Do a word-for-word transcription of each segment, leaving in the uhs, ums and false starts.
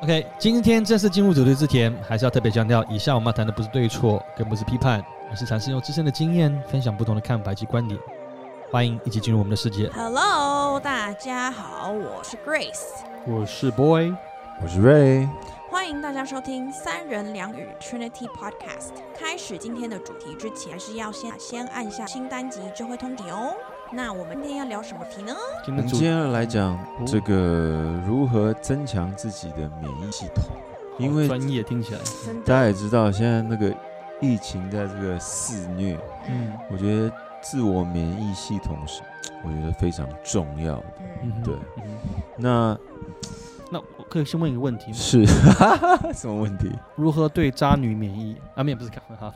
OK， 今天正式进入主题之前，还是要特别强调，以下我们要谈的不是对错，更不是批判，而是尝试用自身的经验分享不同的看法及观点。欢迎一起进入我们的世界。 Hello， 大家好，我是 Grace， 我是 Boy， 我是 Ray， 欢迎大家收听三人两语 Trinity Podcast。开始今天的主题之前，还是要先先按下新单集就会通知哦。那我们今天要聊什么题呢？ 我们今天来讲这个如何增强自己的免疫系统，因为专业听起来， 大家也知道现在那个疫情在这个肆虐，嗯，我觉得自我免疫系统是我觉得非常重要的，嗯，对，嗯、那那我可以先问一个问题吗？ 是什么问题？ 如何对渣女免疫？啊，没有，不是看哈。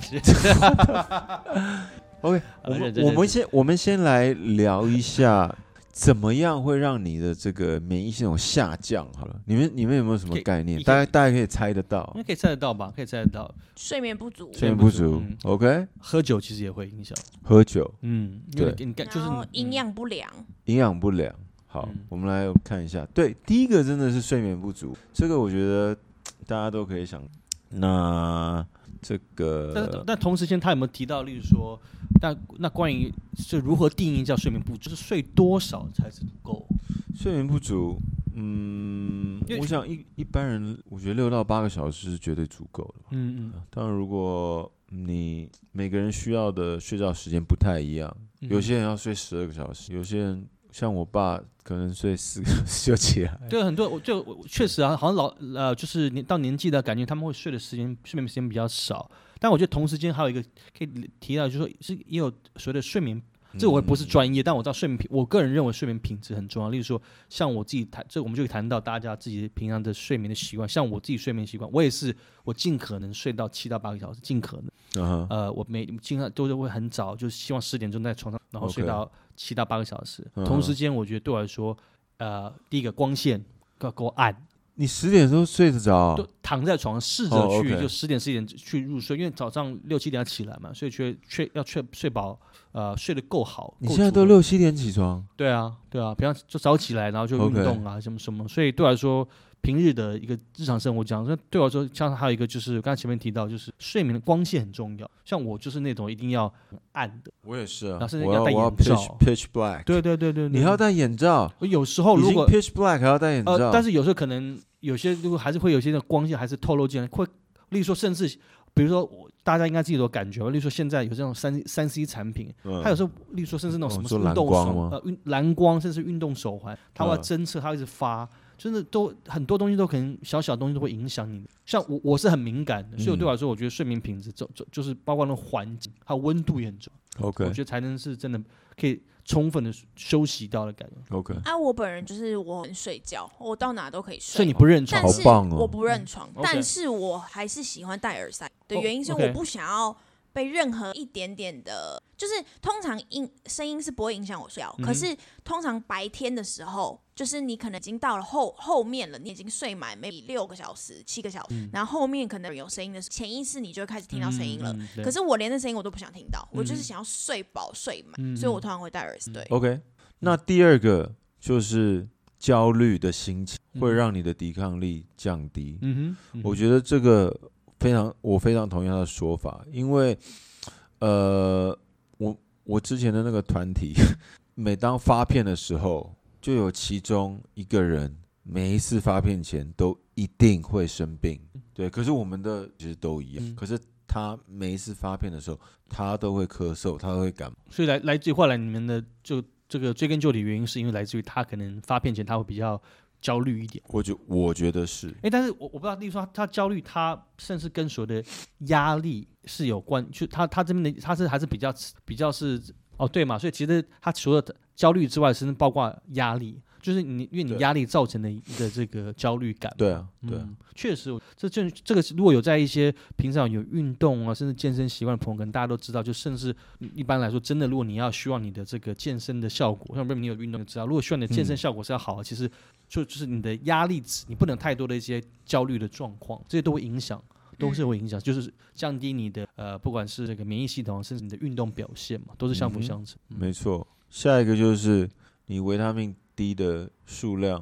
OK， 我们我们先我们先来聊一下，怎么样会让你的这个免疫系统下降？好了，你们你们有没有什么概念？大家大家可以猜得到， 应该可以猜得到吧？可以猜得到。 睡眠不足， 睡眠不足、嗯、，OK。 喝酒其实也会影响。 喝酒， 嗯， 对， 你就是营养不良， 营养不良。好、嗯，我们来看一下。对，第一个真的是睡眠不足，这个我觉得大家都可以想。那这个， 但但同时间他有没有提到，例如说，那那关于就如何定义叫睡眠不足，就是睡多少才是够？ 睡眠不足，嗯，我想一一般人，我觉得六到八个小时是绝对足够的。嗯嗯。当然，如果你每个人需要的睡觉时间不太一样，嗯、有些人要睡十二个小时，有些人像我爸可能睡四个小时就起来。 对，很多就确实啊，好像老呃，就是到年纪的感觉，他们会睡的时间睡眠时间比较少。但我觉得同时间还有一个可以提到，就是说是也有所谓的睡眠。这我也不是专业，但我知道睡眠品，我个人认为睡眠品质很重要。例如说，像我自己谈，这我们就谈到大家自己平常的睡眠的习惯。像我自己睡眠习惯，我也是，我尽可能睡到七到八个小时，尽可能。Uh-huh. 呃，我每尽量都是会很早，就是希望十点钟在床上，然后睡到七到八个小时。Okay. 同时间，我觉得对我来说，呃，第一个光线要够暗。 你十点钟睡得着？ 就躺在床上试着去， oh, okay. 就十点十一点去入睡，因为早上六七点要起来嘛，所以确确要确睡饱，呃，睡得够好。 你现在都六七点起床？ 对啊，对啊，平常就早起来，然后就运动啊， okay. 什么什么，所以对我来说，平日的一个日常生活讲，那对我来说，像还有一个就是刚才前面提到，就是睡眠的光线很重要。像我就是那种一定要暗的， 我也是啊， 然后甚至要戴眼罩 ，pitch pitch black。 对对对 对, 對， 你还要戴眼罩？ 有时候如果 pitch black 还要戴眼罩、 呃，但是有时候可能有些如果还是会有些的光线还是透露进来，会，例如说甚至比如说大家应该自己都有感觉吧，例如说现在有这种三三 C 产品，嗯、它有时候例如说甚至那种什么运动手、哦、呃运蓝光，甚至运动手环，它会侦测，它会一直发。真的都很多东西都可能小小的东西都会影响你的，像我我是很敏感的，所以对我来说，我觉得睡眠品质就就就是包括那个环境还有温度也很重要。OK， 我觉得才能是真的可以充分的休息到的感觉。 OK， 啊，我本人就是我很睡觉，我到哪都可以睡， 所以你不认床， 但是好棒哦！ 我不认床， 嗯、 但是我还是喜欢戴耳塞的原因是我不想要被任何一点点的，就是通常音声音是不会影响我睡觉、嗯，可是通常白天的时候，就是你可能已经到了后后面了，你已经睡满 maybe 六个小时、七个小时、嗯，然后后面可能有声音的时候，潜意识你就会开始听到声音了、嗯嗯。可是我连那声音我都不想听到，我就是想要睡饱睡满、嗯，所以我通常会戴耳塞。对 ，OK。那第二个就是焦虑的心情会让你的抵抗力降低。嗯哼，我觉得这个。非常，我非常同意他的说法，因为，呃，我我之前的那个团体，每当发片的时候，就有其中一个人，每一次发片前都一定会生病，对。可是我们的其实都一样，嗯、可是他每一次发片的时候，他都会咳嗽，他都会感冒。 所以来来自于后来你们的就这个追根究底原因，是因为来自于他可能发片前他会比较。焦虑一点， 我觉我觉得是， 哎，但是我我不知道，例如说他, 他焦虑，他甚至跟所谓的压力是有关，就他他这边的他是还是比较比较是哦对嘛，所以其实他除了焦虑之外，甚至包括压力，就是你因为你压力造成的一个这个焦虑感。 对啊，对啊， 嗯、确实，这这这个如果有在一些平常有运动啊，甚至健身习惯的朋友，可能大家都知道，就甚至一般来说，真的如果你要希望你的这个健身的效果，像如果你有运动就知道，如果希望你的健身效果是要好的，嗯、其实。就就是你的压力值，你不能太多的一些焦虑的状况，这些都会影响，都是会影响，就是降低你的呃，不管是这个免疫系统，甚至你的运动表现嘛，都是相辅相成。 嗯嗯、没错，下一个就是你维他命 D 的数量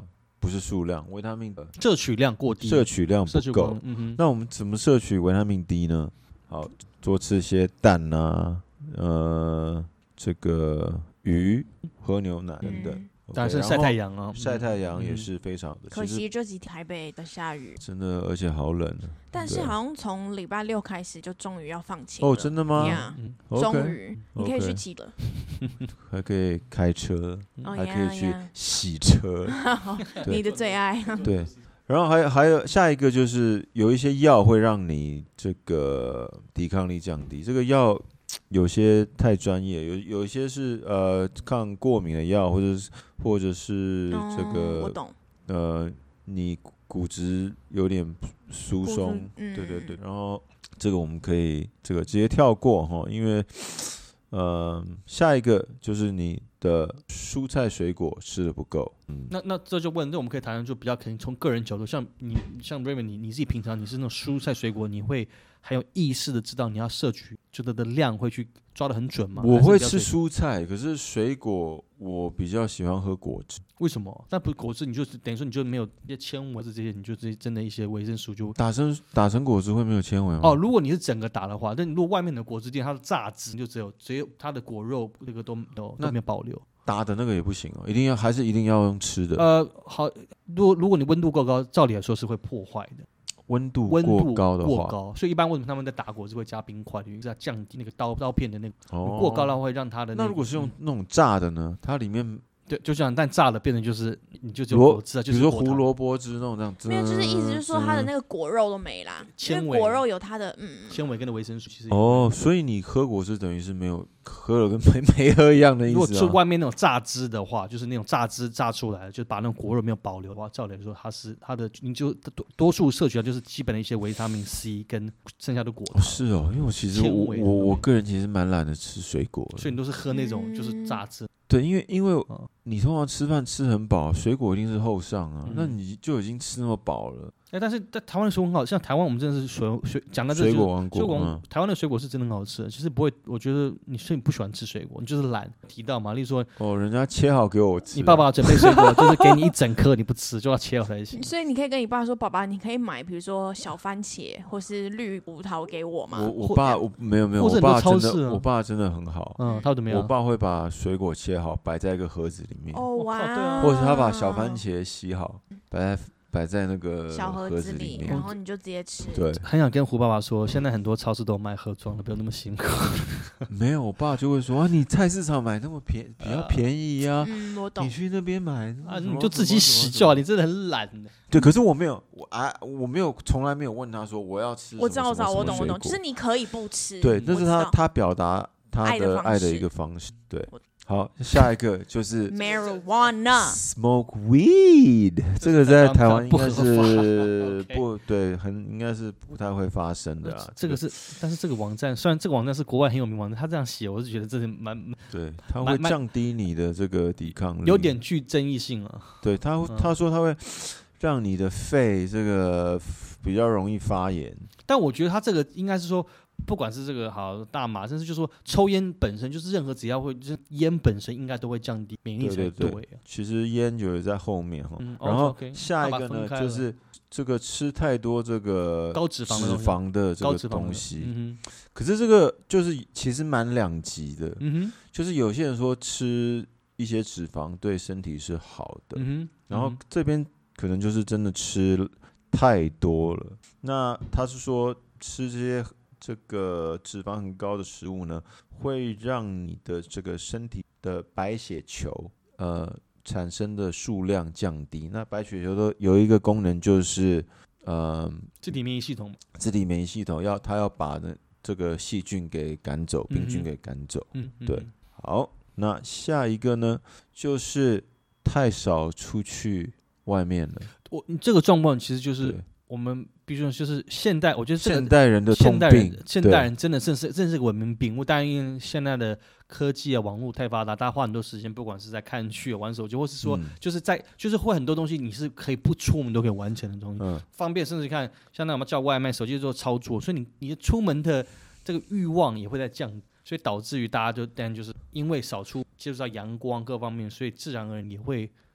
不是数量，维他命摄取量过低， 摄取量不够。 嗯、 那我们怎么摄取维他命 D 呢？好，多吃些蛋啊，呃，这个鱼、喝牛奶等等。嗯当然是晒太阳啊， 晒太阳也是非常的。 可惜这几天台北的下雨， 真的，而且好冷。 但是好像从礼拜六开始就终于要放晴了。 哦，真的吗？ Yeah, 嗯、终于，你可以去骑了， 还可以开车， 哦、 还可以去洗车， yeah, yeah. 你的最爱。 对，然后还有还有下一个就是有一些药会让你这个抵抗力降低，这个药。有些太专业，有有一些是呃抗过敏的药，或者是或者是这个、 嗯、我懂， 呃你骨质有点疏松，嗯、对对对，然后这个我们可以这个直接跳过哈，因为呃下一个就是你的蔬菜水果吃的不够，嗯， 那那这就问，那我们可以谈谈就比较可能从个人角度，像你像 Raymond 你你自己平常你是那种蔬菜水果，你会很有意识的知道你要摄取觉得的量会去抓得很准吗？ 我会吃蔬菜，可是水果我比较喜欢喝果汁。 为什么？那不是果汁，你就等于说你就没有一些纤维，这些你就真的一些维生素就打成打成果汁会没有纤维吗？ 哦，如果你是整个打的话，但如果外面的果汁店它的榨汁就只有只有它的果肉那个都都都没有保留。 打的那个也不行哦，一定要还是一定要用吃的。 呃，好，如果如果你温度够高，照理来说是会破坏的。 温度过高的话， 过高，所以一般为什么他们在打果汁会加冰块，就是要降低那个刀刀片的那个、哦、过高的话会让它的、那個。 那如果是用那种炸的呢？它里面对，就这样，但炸的变成就是你就只有果汁啊，就是比如说胡萝卜汁那种这样。 没有，就是意思就是说它的那个果肉都没啦， 纤维因为果肉有它的嗯纤维跟的维生素其实。 哦，所以你喝果汁等于是没有喝了跟没没喝一样的意思、啊。 如果是外面那种榨汁的话，就是那种榨汁榨出来的，就把那种果肉没有保留的话，照理来说它是它的，你就多多数摄取到就是基本的一些维他命 C 跟剩下的果糖。 哦是哦，因为我其实我我我个人其实蛮懒得吃水果的， 所以你都是喝那种就是榨汁。 嗯对，因为因为你通常吃饭吃很饱，水果一定是后上啊，嗯、那你就已经吃那么饱了。 哎、欸，但是在台湾的水果很好，像台湾我们真的是水水讲到这水果王国， 水果、 嗯、 台湾的水果是真的很好吃的，其实不会，我觉得你是你不喜欢吃水果，你就是懒。提到嘛，例如说哦，人家切好给我吃， 你爸爸准备水果就是给你一整颗，你不吃就要切好才行。 所以你可以跟你爸说，爸爸，你可以买比如说小番茄或是绿葡萄给我吗？ 我我爸我没有没有，我爸真的、啊、我爸真的很好， 嗯，他怎么样？ 我爸会把水果切好摆在一个盒子里面， 哦哇，对啊， 或者是他把小番茄洗好摆在。摆在那个小盒子里，然后你就直接吃。 对， 很想跟胡爸爸说，现在很多超市都有卖盒装的，不用那么辛苦。 没有，我爸就会说啊，你菜市场买那么便比较便宜呀、啊， 嗯，我懂。 你去那边买啊，你就自己洗就好，你真的很懒的。 对，可是我没有，我啊，我没有，从来没有问他说我要吃。 我知道，我知道，我懂，我懂，就是你可以不吃。 对，那是他他表达他的爱的一个方式。对。好，下一个就是 marijuana smoke weed， 这个在台湾应该是不对，很应该是不太会发生的啊。 这个是，但是这个网站虽然这个网站是国外很有名网站，他这样写，我是觉得这是蛮对，它会降低你的这个抵抗力， 有点具争议性啊。 对他，他说他会让你的肺这个比较容易发炎， 但我觉得他这个应该是说。不管是这个好大麻，甚至就是说抽烟本身，就是任何只要会，就是烟本身应该都会降低免疫力才对, 对, 对。其实烟就在后面哈、嗯，然后下一个呢，就是这个吃太多这个高脂肪脂肪的这个东西。 嗯、 可是这个就是其实蛮两极的， 嗯、 就是有些人说吃一些脂肪对身体是好的， 嗯、 然后这边可能就是真的吃太多了。那他是说吃这些。这个脂肪很高的食物呢，会让你的这个身体的白血球呃产生的数量降低。那白血球的有一个功能就是呃自体免疫系统， 自体免疫系统要它要把呢这个细菌给赶走，病菌给赶走。 嗯， 对。好，那下一个呢，就是太少出去外面了。 我这个状况其实就是。我们必须说，就是现代，我觉得、这个、 现代人的通病， 现代人，现代人真的正是正是个文明病。当然，因为现在的科技啊、网络太发达，大家花很多时间，不管是在看剧、玩手机，或是说，嗯、就是在就是会很多东西，你是可以不出门都可以完成的东西， 嗯、 方便。甚至看像那我们叫外卖，手机做操作，所以你你出门的这个欲望也会在降，所以导致于大家就当然就是因为少出接触到阳光各方面，所以自然而然也会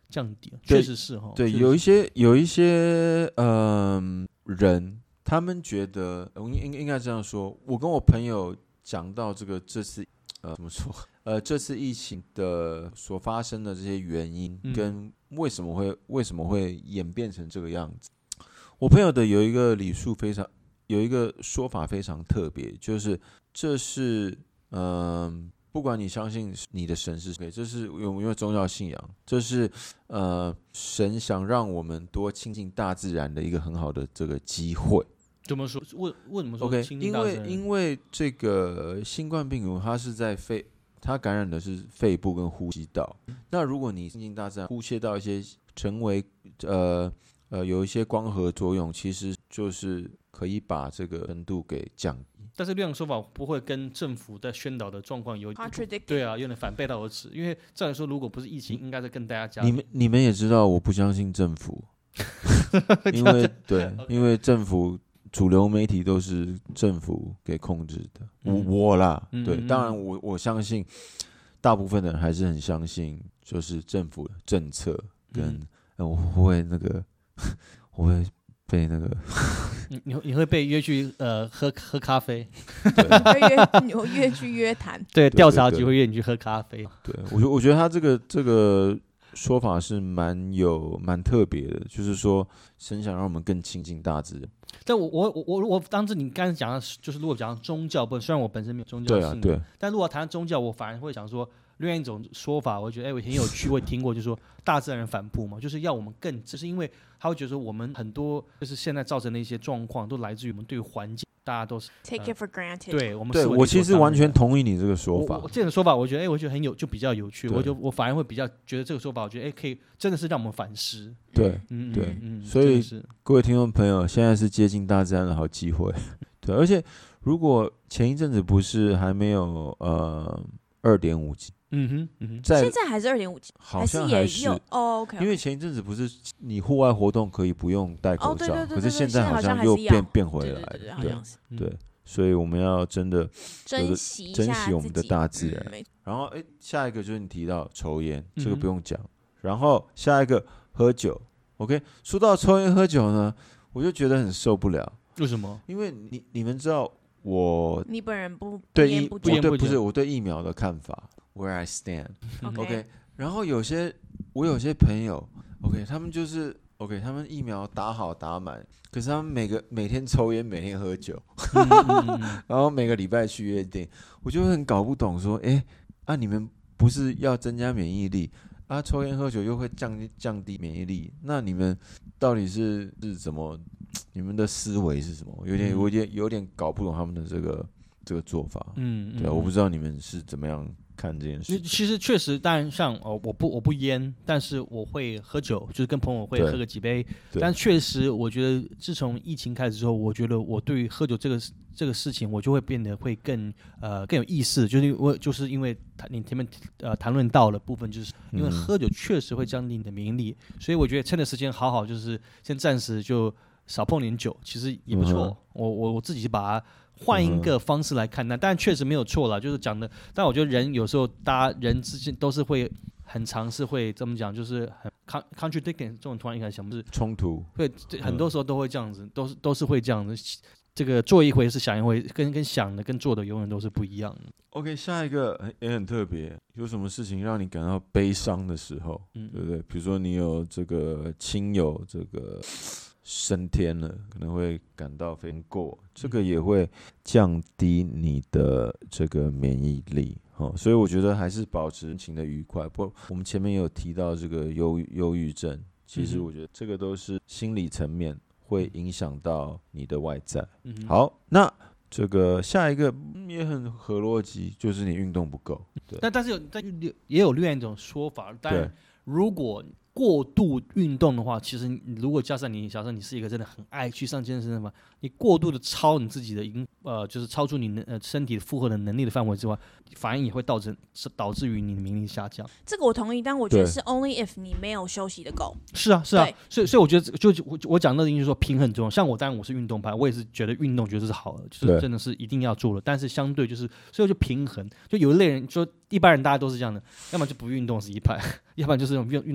降低，确实是哈。 对，有一些有一些呃人，他们觉得我应应该这样说，我跟我朋友讲到这个这次呃怎么说呃这次疫情的所发生的这些原因，嗯、跟为什么会为什么会演变成这个样子，我朋友的有一个理述非常有一个说法非常特别，就是这是嗯。呃不管你相信你的神是谁，这是因为宗教信仰，这是呃神想让我们多亲近大自然的一个很好的这个机会。 怎么说？为为什么说 ？OK， 亲近大自然？ 因为因为这个新冠病毒它是在肺，它感染的是肺部跟呼吸道。那如果你亲近大自然，呼吸到一些成为呃呃有一些光合作用，其实就是可以把这个程度给降低。 但是这样说法不会跟政府在宣导的状况有对啊，有点反背道而驰。因为照理说，如果不是疫情，应该是跟大家讲。 你们你们也知道，我不相信政府，因为对， okay. 因为政府主流媒体都是政府给控制的。嗯、我我啦，嗯、对，当然我我相信大部分的人还是很相信，就是政府的政策跟、嗯呃、我会那个我会。被那个你你你会被约去呃喝喝咖啡， 你会约你会约去约谈， 对，调查局会约你去喝咖啡。 对，我觉得我觉得他这个这个说法是蛮有蛮特别的，就是说神想让我们更亲近大自然。 但我我我我我当时你刚才讲的就是如果讲宗教部分，虽然我本身没有宗教信仰， 对啊对， 但如果谈宗教，我反而会想说。另外一种说法，我觉得哎，我很有趣，我也听过，就是说大自然反扑嘛，就是要我们更，就是因为他会觉得说我们很多就是现在造成的一些状况，都来自于我们对环境，大家都是 take it for granted。 对我们对我其实完全同意你这个说法。 我我这种说法，我觉得哎，我觉得很有，就比较有趣。我就我反而会比较觉得这个说法，我觉得哎，可以真的是让我们反思。 对，嗯对，嗯，所以各位听众朋友，现在是接近大自然的好机会。对，而且如果前一阵子不是还没有呃二点五 G。 嗯哼，嗯哼， 现在还是二点五 G， 好像还是也有哦 ，OK， 因为前一阵子不是你户外活动可以不用戴口罩， 哦、对对对对可是现在好像又变变回来了， 对对对，对， 对，所以我们要真的珍惜珍惜我们的大自然。 嗯、 然后，哎，下一个就是你提到抽烟， 嗯、 这个不用讲。然后下一个喝酒 ，OK， 说到抽烟喝酒呢，我就觉得很受不了。 为什么？ 因为你你们知道我， 你本人不对疫不对不是我对疫苗的看法。Where I stand， OK，, okay 然后有些我有些朋友 ，OK， 他们就是 OK， 他们疫苗打好打满，可是他们每个每天抽烟，每天喝酒，嗯嗯嗯然后每个礼拜去夜店，我就很搞不懂说，哎，啊你们不是要增加免疫力啊？抽烟喝酒又会降降低免疫力，那你们到底是是怎么？你们的思维是什么？有点有点有点搞不懂他们的这个这个做法。嗯，对，我不知道你们是怎么样。看这件事， 其实确实，当然像哦，我不我不烟，但是我会喝酒，就是跟朋友会喝个几杯。但确实，我觉得自从疫情开始之后，我觉得我对于喝酒这个这个事情，我就会变得会更呃更有意识，就是因为就是因为你前面呃谈论到的部分，就是因为喝酒确实会降低你的免疫力，嗯、所以我觉得趁着时间好好就是先暂时就少碰点酒，其实也不错。嗯、我我我自己是把它。换一个方式来看待，但确实没有错啦，就是讲的。但我觉得人有时候，大家人之间都是会很常是会这么讲，就是很 contradicting 这种突然一开始想不是冲突， 对，很多时候都会这样子，都是都是会这样子。这个做一回是想一回，跟跟想的跟做的永远都是不一样的。 OK， 下一个也很特别，有什么事情让你感到悲伤的时候，嗯、对不对？比如说你有这个亲友这个。升天了，可能会感到非常过，这个也会降低你的这个免疫力，哦、所以我觉得还是保持心情的愉快。不，我们前面有提到这个忧忧郁症，其实我觉得这个都是心理层面会影响到你的外在。嗯、好，那这个下一个也很合逻辑，就是你运动不够。对， 但但是有但也有另外一种说法，但如果过度运动的话，其实如果加上你，假设你是一个真的很爱去上健身的话，你过度的超你自己的呃，就是超出你呃身体负荷的能力的范围之外，反而也会导致导致于你的免疫力下降。 这个我同意，但我觉得是 only if 你没有休息的够。 是啊，是啊，所以所以我觉得就我我讲那个就是说平衡重要。像我当然我是运动派，我也是觉得运动觉得是好的，就是真的是一定要做的。但是相对就是，所以就平衡，就有一类人说一般人大家都是这样的，要么就不运动是一派，要不然就是运运动过头。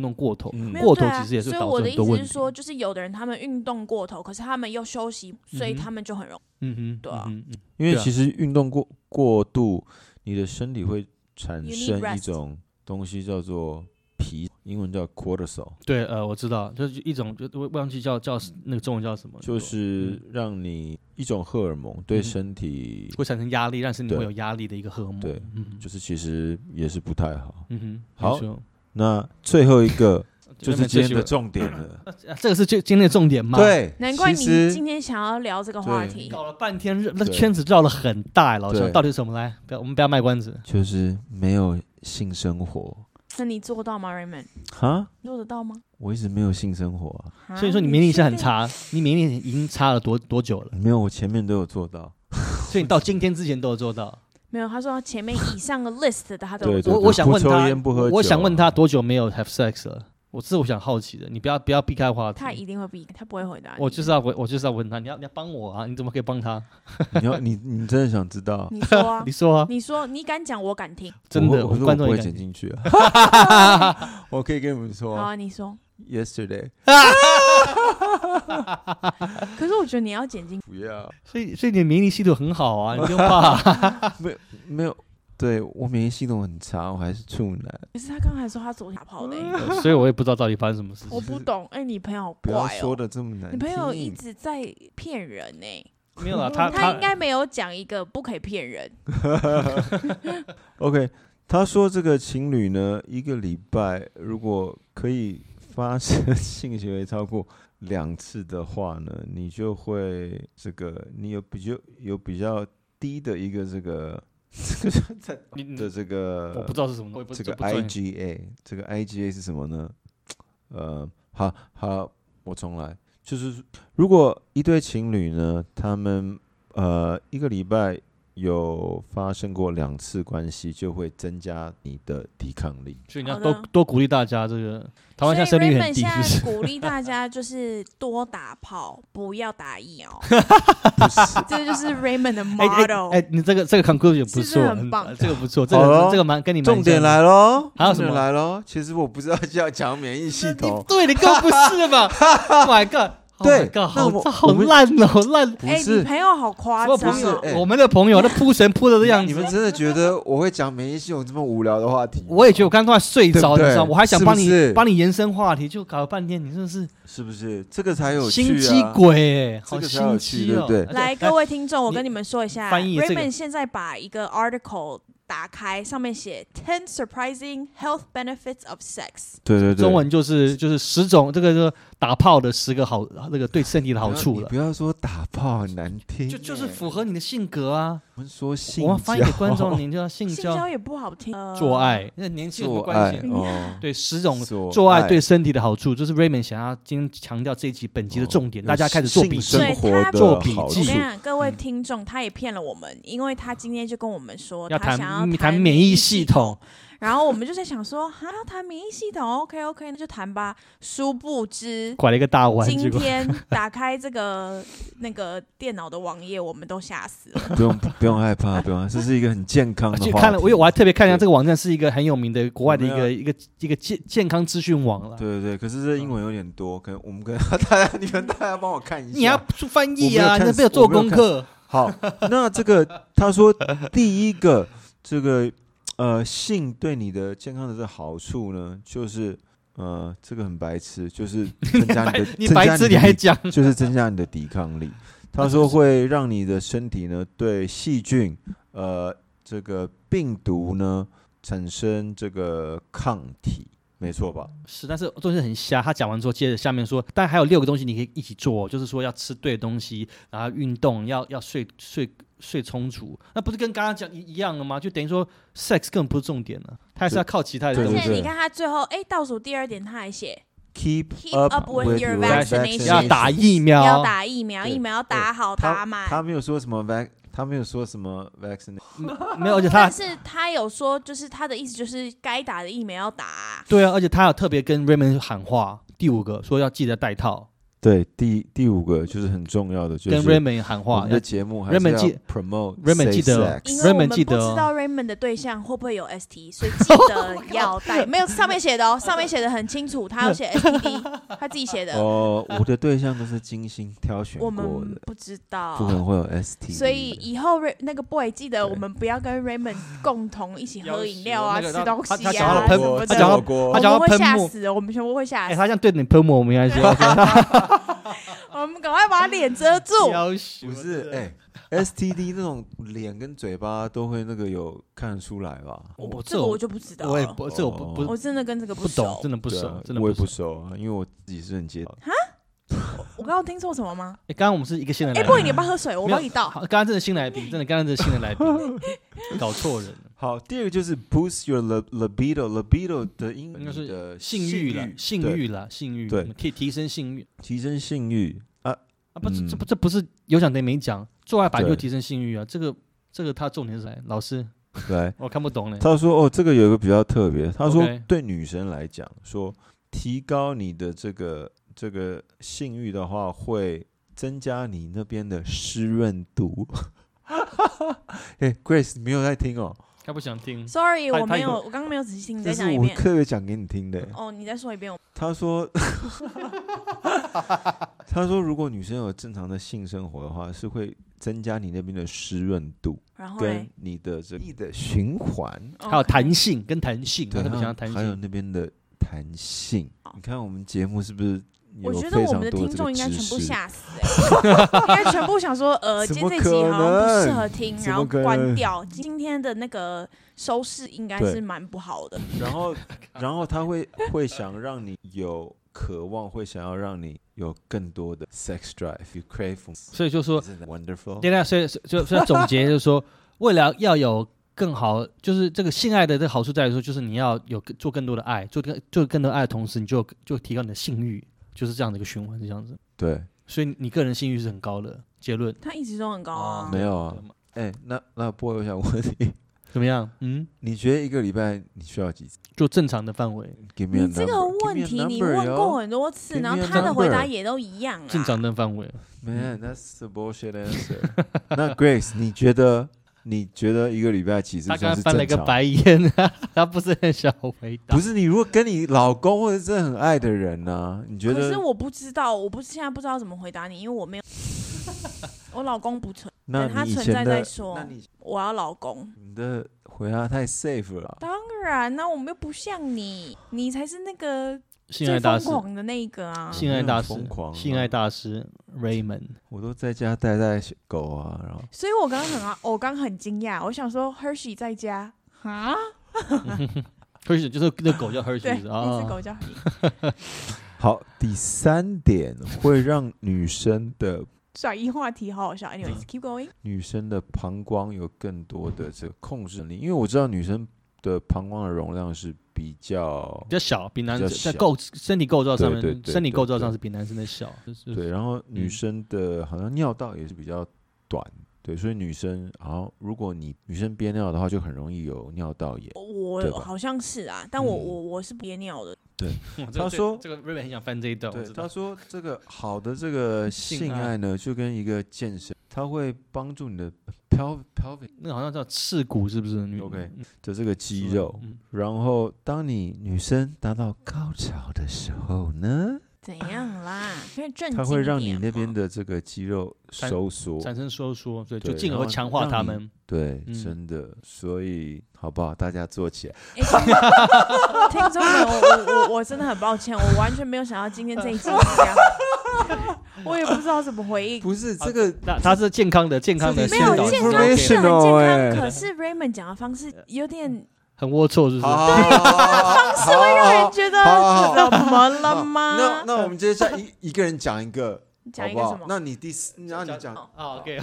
头， 嗯、 过头其实也是导致很多问题。 所以我的意思是说，就是有的人他们运动过头，可是他们又休息，所以他们就很容易。 嗯哼， 对啊， 嗯嗯因为其实运动过过度，你的身体会产生一种东西叫做皮，英文叫 cortisol。 对，呃，我知道，就是一种，就我忘记叫叫那个中文叫什么， 就是让你一种荷尔蒙对身体、 嗯、会产生压力，让身体会有压力的一个荷尔蒙。 对， 嗯、 就是其实也是不太好。 嗯哼， 好，那最后一个就是今天的重点了。 这个是今天的重点吗？ 对， 难怪你今天想要聊这个话题， 搞了半天，那圈子绕了很大，老兄，到底是什么？来，不要，我们不要卖关子， 就是没有性生活。 那你做到吗 ，Raymond？ 哈， 做得到吗？ 我一直没有性生活啊，所以说你免疫力是很差，你免疫力已经差了多多久了？ 没有，我前面都有做到， 所以你到今天之前都有做到。 没有，他说前面以上的 list 的他都有做到。我我想问他， 不抽烟不喝酒， 我想问他多久没有 have sex 了？我这是我想好奇的，你不要不要避开话题。 他一定会避，他不会回答你。 我就是要我我就是要问他，你要你要帮我啊？你怎么可以帮他？ 你要你你真的想知道？ 你说啊， 你说啊， 你说你敢讲，我敢听。 真的， 我我观众不会剪进去啊。我可以跟你们说。 好啊，你说。 Yesterday。 可是我觉得你要剪进去。 不要。 所以所以你的免疫力系统很好啊，你不用怕。 没有没有。对我免疫系统很差，我还是处男。 可是他刚才说他昨天打炮的、欸， 所以我也不知道到底发生什么事情。 我不懂，哎、欸，你朋友好怪哦、喔， 不要说的这么难听。 你朋友一直在骗人呢、欸。 没有啦，他他应该没有讲一个不可以骗人。 OK， 他说这个情侣呢，一个礼拜如果可以发生性行为超过两次的话呢，你就会这个你有比较有比较低的一个这个。的这个我不知道是什么， 这个 I G A， 这个 I G A 是什么呢？呃，好好，我重来，就是如果一对情侣呢，他们呃一个礼拜有发生过两次关系，就会增加你的抵抗力。 所以你要多多鼓励大家，这个台湾现在生育率很低， 是不是？鼓励大家就是多打炮，不要打疫苗。 不是， 这就是 Raymond 的 model。 哎、欸欸欸，你这个这个 conclusion 不错， 很棒， 这个不错，这个这个蛮跟你蛮重点来喽， 还有什么来喽？其实我不知道要讲免疫系统， 对你更不是嘛 ？Oh my god！ 对， oh、好好烂哦，好烂！ 哎、欸，你朋友好夸张哦！ 欸、我们的朋友那铺神铺的这样子， 你们真的觉得我会讲免疫系统这么无聊的话题？ 我也觉得我刚刚突然睡着，你知道，我还想帮你帮你延伸话题，就搞了半天，你真的是是不是？这个才有趣、啊， 心机鬼哎、欸，好心机哦！对， 来，各位听众，我跟你们说一下 ，Raymond 翻译这个现在把一个 article。打开上面写 ten surprising health benefits of sex， 对对对， 中文就是就是十种这个这个打炮的十个好那个对身体的好处了。 你不要说打炮很难听， 就就是符合你的性格啊。 我们说性交， 我们翻译给观众，你就要性交， 性交也不好听。呃、 做爱，那年轻有什么关系？ 哦、 对，十种做爱对身体的好处，这是 Raymond 想要今天强调这一集本集的重点， 哦、 大家开始做笔记， 做笔记。 我跟你讲，各位听众，他也骗了我们，因为他今天就跟我们说， 要他想要谈免疫系统。 然后我们就在想说，哈，要谈免疫系统 ，OK OK， 那就谈吧。殊不知， 拐了一个大弯。 今天打开这个那个电脑的网页，我们都吓死了。 不用不用害怕，不用，这是一个很健康的话题。 看了，我我还特别看一下这个网站，是一个很有名的国外的一个一个一个健健康资讯网了。 对对对，可是这英文有点多，可能我们跟大家你们大家帮我看一下。 你要翻译啊，你没有做功课。 好，那这个他说第一个这个。呃，性对你的健康的这好处呢，就是呃，这个很白痴，就是增加你的， 你白痴你还讲， 就是增加你的抵抗力。他说会让你的身体呢对细菌、呃这个病毒呢产生这个抗体，没错吧？ 是，但是东西很瞎。他讲完之后，接着下面说，但还有六个东西你可以一起做，就是说要吃对的东西，然后运动，要要睡睡。睡充足，那不是跟刚刚讲一样了吗？就等于说 ，sex 根本不是重点了，他还是要靠其他的东西。 而且你看他最后，哎，倒数第二点他还写 keep up with your vaccination， 要打疫苗， 要打疫苗，疫苗要打好打满。 他没有说什么 vac， 他没有说什么 vaccination， 没有，而且他， 但是他有说，就是他的意思就是该打的疫苗要打。 对啊，而且他有特别跟 Raymond 喊话，第五个说要记得戴套。 对，第第五个就是很重要的，就是跟 Raymond 喊话。 我们的节目还是要 Raymond promote Raymond 记得 sex， 因为我们不记得知道 Raymond 的对象会不会有 S T， 所以记得要带。没有上面写的哦，上面写的很清楚，他要写 S T D， 他自己写的。 哦，我的对象都是精心挑选过的， 我们不知道， 不可能会有 S T D。 所以以后那个 boy 记得我们不要跟 Raymond 共同一起喝饮料啊、吃东西啊。 他讲到喷火， 他讲到他讲到喷墨， 我们全部会吓死。 他这样对你喷墨，我们应该是。 我们赶快把脸遮住。 不是，哎、欸、，S T D 那种脸跟嘴巴都会那个有看得出来吧？ 我这个我就不知道了。 我也不，这我不不， 我真的跟这个不懂，真的不熟，真的我也不熟啊，因为我自己是很接。 哈？我刚刚听错什么吗？ 哎，刚刚我们是一个新的来宾。 哎，不，你要不要喝水？我帮你倒。 刚刚真的新来宾，真的刚刚真的新的来宾，搞错人了。 好，第二个就是 boost your libido，libido 的英应该是性欲了，性欲了，性欲， 对， 可以提升性欲， 提升性欲啊啊！不是，这不这不是有讲等于没讲，做爱本来就提升性欲啊。这个这个他重点是谁？老师， 来， 我看不懂嘞。 他说哦，这个有一个比较特别，他说对女生来讲，说提高你的这个这个性欲的话，会增加你那边的湿润度。哎、欸、，Grace， 你没有在听哦？ 他不想听。 Sorry， 我没有，我刚刚没有仔细听，你再讲一遍。 这是我特别讲给你听的。 哦，你再说一遍。 他说，他说，如果女生有正常的性生活的话，是会增加你那边的湿润度， 然后跟你的这力的循环， 还有弹性跟弹性， 对， 他不想弹性， 还有那边的弹性。你看我们节目是不是？ 我觉得我们的听众应该全部吓死、欸，应该全部想说，呃，今天这集好像不适合听，然后关掉。今天的那个收视应该是蛮不好的。 然后，然后他会会想让你有渴望，会想要让你有更多的 sex drive，you crave。 所以就说 wonderful。 对啊，所以就所以总结就是说，为了要有更好，就是这个性爱的这个好处在于说，就是你要有做更多的爱，做更做更多的爱的同时，你就就提高你的性欲。就是这样的一个循环，是这样子。 对， 所以你个人性欲是很高的。结论， 他一直都很高啊。 哦、没有啊。哎、欸，那那波我想问你， 怎么样？嗯， 你觉得一个礼拜你需要几次？ 就正常的范围。 你这个问题你问过很多次，然后他的回答也都一样啊。 正常的范围。 Man, that's the bullshit answer 。那 Grace， 你觉得？你觉得一个礼拜几次算是正常？ 他刚刚翻了一个白眼啊，他不是很想回答。 不是你如果跟你老公或者真的很爱的人呢、啊，你觉得？ 可是我不知道，我不是现在不知道怎么回答你，因为我没有，我老公不存，等他存在再说。那你我要老公。 你的回答太 safe 了。 当然，那我们又不像你，你才是那个性爱大师最疯狂的那一个啊！ 性爱大师， 疯狂， 性爱大师 Raymond， 我都在家带带狗啊，然后， 所以我刚刚很，我刚很惊讶，我想说 Hershey 在家啊 ，Hershey 就是那狗叫 Hershey， 对，那只狗叫 Hershey。 好，第三点会让女生的转移话题，好好笑。Anyways，keep going。 女生的膀胱有更多的这个控制力，因为我知道女生的膀胱的容量是比较比较小，比男生在构身体构造上面， 对对对对身体构造上是比男生的小。就是对，然后女生的好像尿道也是比较短，对，所以女生好像如果你女生憋尿的话，就很容易有尿道炎。 我好像是啊，但我、嗯、我我是憋尿的。 对，他说这个 Raymond 很想翻这一段。 对，他说这个好的这个性爱呢，就跟一个健身，它会帮助你的 pelvic， 那个好像叫翅骨是不是 ？OK 的这个肌肉，嗯、然后当你女生达到高潮的时候呢？ 怎样啦？可以正经一点， 它会让你那边的这个肌肉收缩， 产生收缩，对，就进而强化它们。 对，嗯、真的，所以好不好？大家做起来。 欸、听众们，我我我真的很抱歉，我完全没有想到今天这一集是这样，我也不知道怎么回应。 不是这个， 那它是健康的，健康的， 没有健康是很健康，可是 Raymond 讲的方式有点。 很龌龊，是不是？ 对，方式会让人觉得怎么了吗？ 那那我们接下来一一个人讲一个， 讲一个什么？ 那你第四，然后你讲。 哦 ，OK。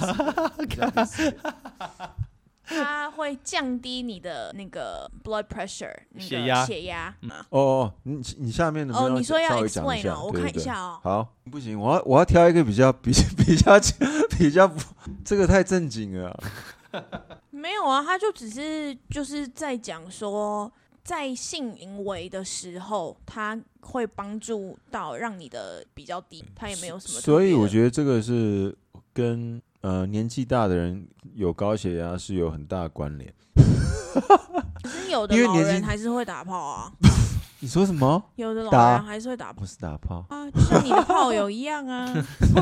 它会降低你的那个 blood pressure， 血压， 血压。 哦，你你下面的哦，你说要 explain 哦，我看一下哦。 好，不行，我要我要挑一个比较比比较比较，这个太正经了。 没有啊，他就只是就是在讲说， 在性行为的时候，它会帮助到让你的比较低，它也没有什么特别的。 所以我觉得这个是跟呃年纪大的人有高血压是有很大的关联。 可是有的老人还是会打炮啊。 你说什么？ 有的老人还是会打炮， 不是打炮啊，就像你的炮友一样啊。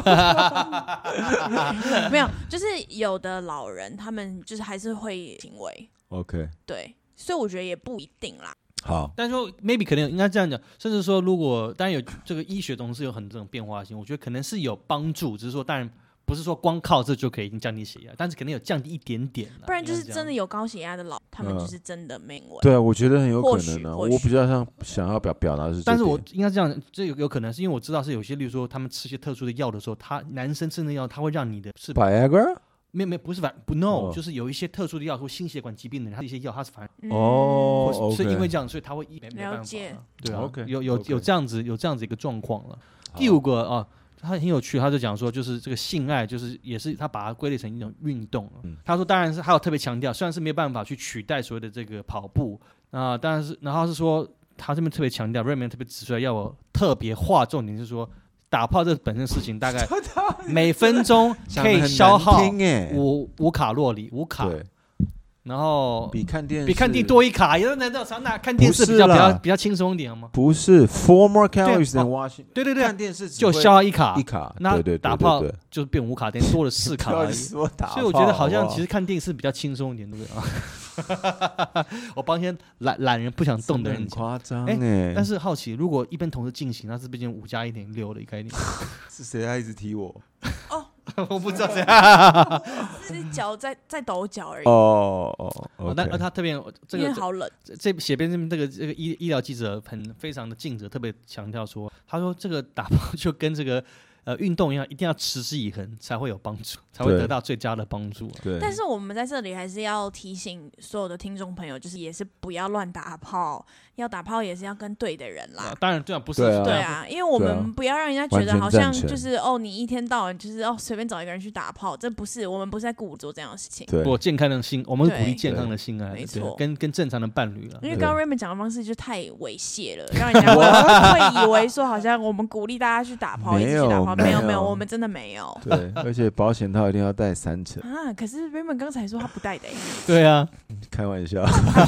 没有，就是有的老人他们就是还是会行为。 OK， 对，所以我觉得也不一定啦。 好， 但是说 maybe 可能应该这样讲，甚至说如果当然有这个医学总是有很这种变化性，我觉得可能是有帮助，只是说当然。不是说光靠这就可以降低血压，但是肯定有降低一点点啦， 不然就是真的有高血压的老，他们就是真的没问。 对啊，我觉得很有可能啊。我比较像想要表表达的是这点， 但是我应该这样，这有有可能是因为我知道是有些，例如说他们吃一些特殊的药的时候，他男生吃的药，他会让你的是 Viagra， 没有没有不是反不 no，、哦、就是有一些特殊的药或心血管疾病的人，他一些药他是反哦、嗯， 是因为这样，所以他会没没办法， 了解， 对啊， okay, 有有 okay. 有这样子有这样子一个状况了。第五个啊。他很有趣，他就讲说，就是这个性爱，就是也是他把它归类成一种运动了、嗯。他说，当然是还有特别强调，虽然是没有办法去取代所谓的这个跑步啊、呃，但是然后是说他这边特别强调 ，Raymond 特别指出来，要我特别划重点，就是说打炮这本身事情，大概每分钟可以消耗五五卡路里，五卡。然后比看电视比看电视多一卡，有难道常拿看电视比较比较比较轻松一点吗？ 不是 ，four more calories than watching。 对对对， 看电视就消耗一卡， 一卡。 那对对对对打炮就变五卡，等于多了四卡而已。 所以我觉得好像其实看电视比较轻松一点，对不对啊？我帮一些懒懒人不想动的人很夸张哎。但是好奇，如果一边同时进行，那是不是五加一点六的概念？ 是谁在一直踢我？ 哦。 我不知道谁， 是脚在在抖脚而已。 哦哦， 但他特别这个好冷。 这写边这个这个医医疗记者很非常的尽责，特别强调说，他说这个打炮就跟这个呃运动一样，一定要持之以恒才会有帮助，才会得到最佳的帮助、啊。 对。 但是我们在这里还是要提醒所有的听众朋友，就是也是不要乱打炮，要打炮也是要跟对的人啦。 啊、当然，对啊，不是对 啊, 对啊，因为我们不要让人家觉得好像就是哦，你一天到晚就是哦随便找一个人去打炮，这不是我们不是在鼓做这样的事情。 对， 不健康的性，我们是鼓励健康的性爱， 没错， 跟跟正常的伴侣了。 因为刚刚 Raymond 讲的方式就太猥亵了，让人家会以为说好像我们鼓励大家去打炮，一起去打炮，没有没有，我们真的没有。 对，而且保险套一定要带三层啊。可是 Raymond 刚才说他不带的、欸。 对啊， 开玩笑。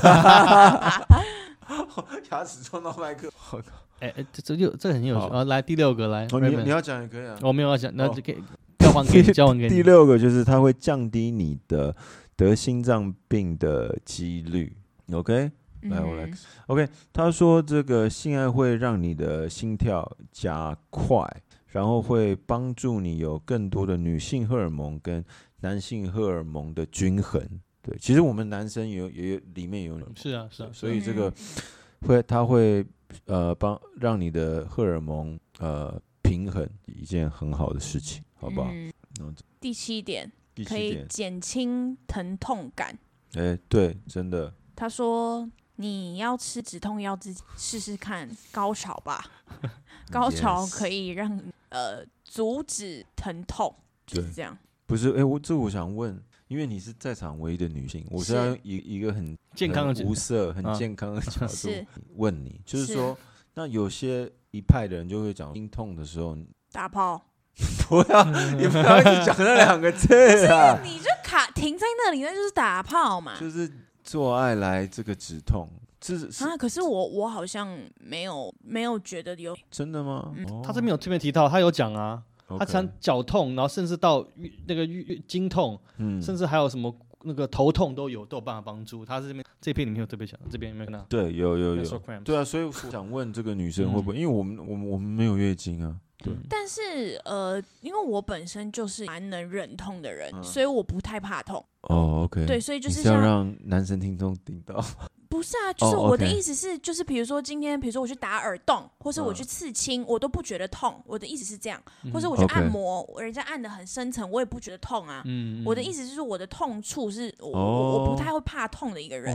牙齿撞到麦克，我靠！ 哎哎，这这就这很有趣啊！来第六个来， 哦、你你要讲也可以啊。 我没有要讲，那就可以交还给你，交还给你。 第六个就是它会降低你的得心脏病的几率。OK， 来我来。OK， 他说这个性爱会让你的心跳加快，然后会帮助你有更多的女性荷尔蒙跟男性荷尔蒙的均衡。对，其实我们男生也有也有里面有， 是啊是啊， 所以这个会它会呃帮让你的荷尔蒙呃平衡，一件很好的事情，好不好？嗯、 第七点， 第七可以减轻疼痛感。 哎、欸，对，真的。 他说你要吃止痛药自己试试看高潮吧，高潮可以让呃阻止疼痛，就是这样。 不是，哎、欸，我这我想问。因为你是在场唯一的女性，我是要用一一个很健康的、 无色、很健康的角度问你，是就是说，那有些一派的人就会讲心痛的时候打炮， 不要，你不要一直讲那两个字啊！ 你就卡停在那里，那就是打炮嘛， 就是做爱来这个止痛，这是啊。可是我我好像没有没有觉得有真的吗？ 嗯哦、他这边有这边提到，他有讲啊。他常脚痛，然后甚至到那个经痛，嗯，甚至还有什么那个头痛都有都有办法帮助。他是这边这篇里面有特别讲，这边有没有看到？ 对，有有有。对啊，所以我想问这个女生会不会，嗯、因为我们我们我们没有月经啊。对。 但是呃，因为我本身就是蛮能忍痛的人，嗯、所以我不太怕痛。 哦 ，OK。 对，所以就是要让男生听众听到。 不是啊，就是我的意思是， oh, okay. 就是比如说今天，比如说我去打耳洞，或是我去刺青，嗯、我都不觉得痛。我的意思是这样，嗯、或是我去按摩， okay. 人家按得很深层，我也不觉得痛啊。嗯、我的意思是说，我的痛处是我、oh. 我不太会怕痛的一个人。 哦、那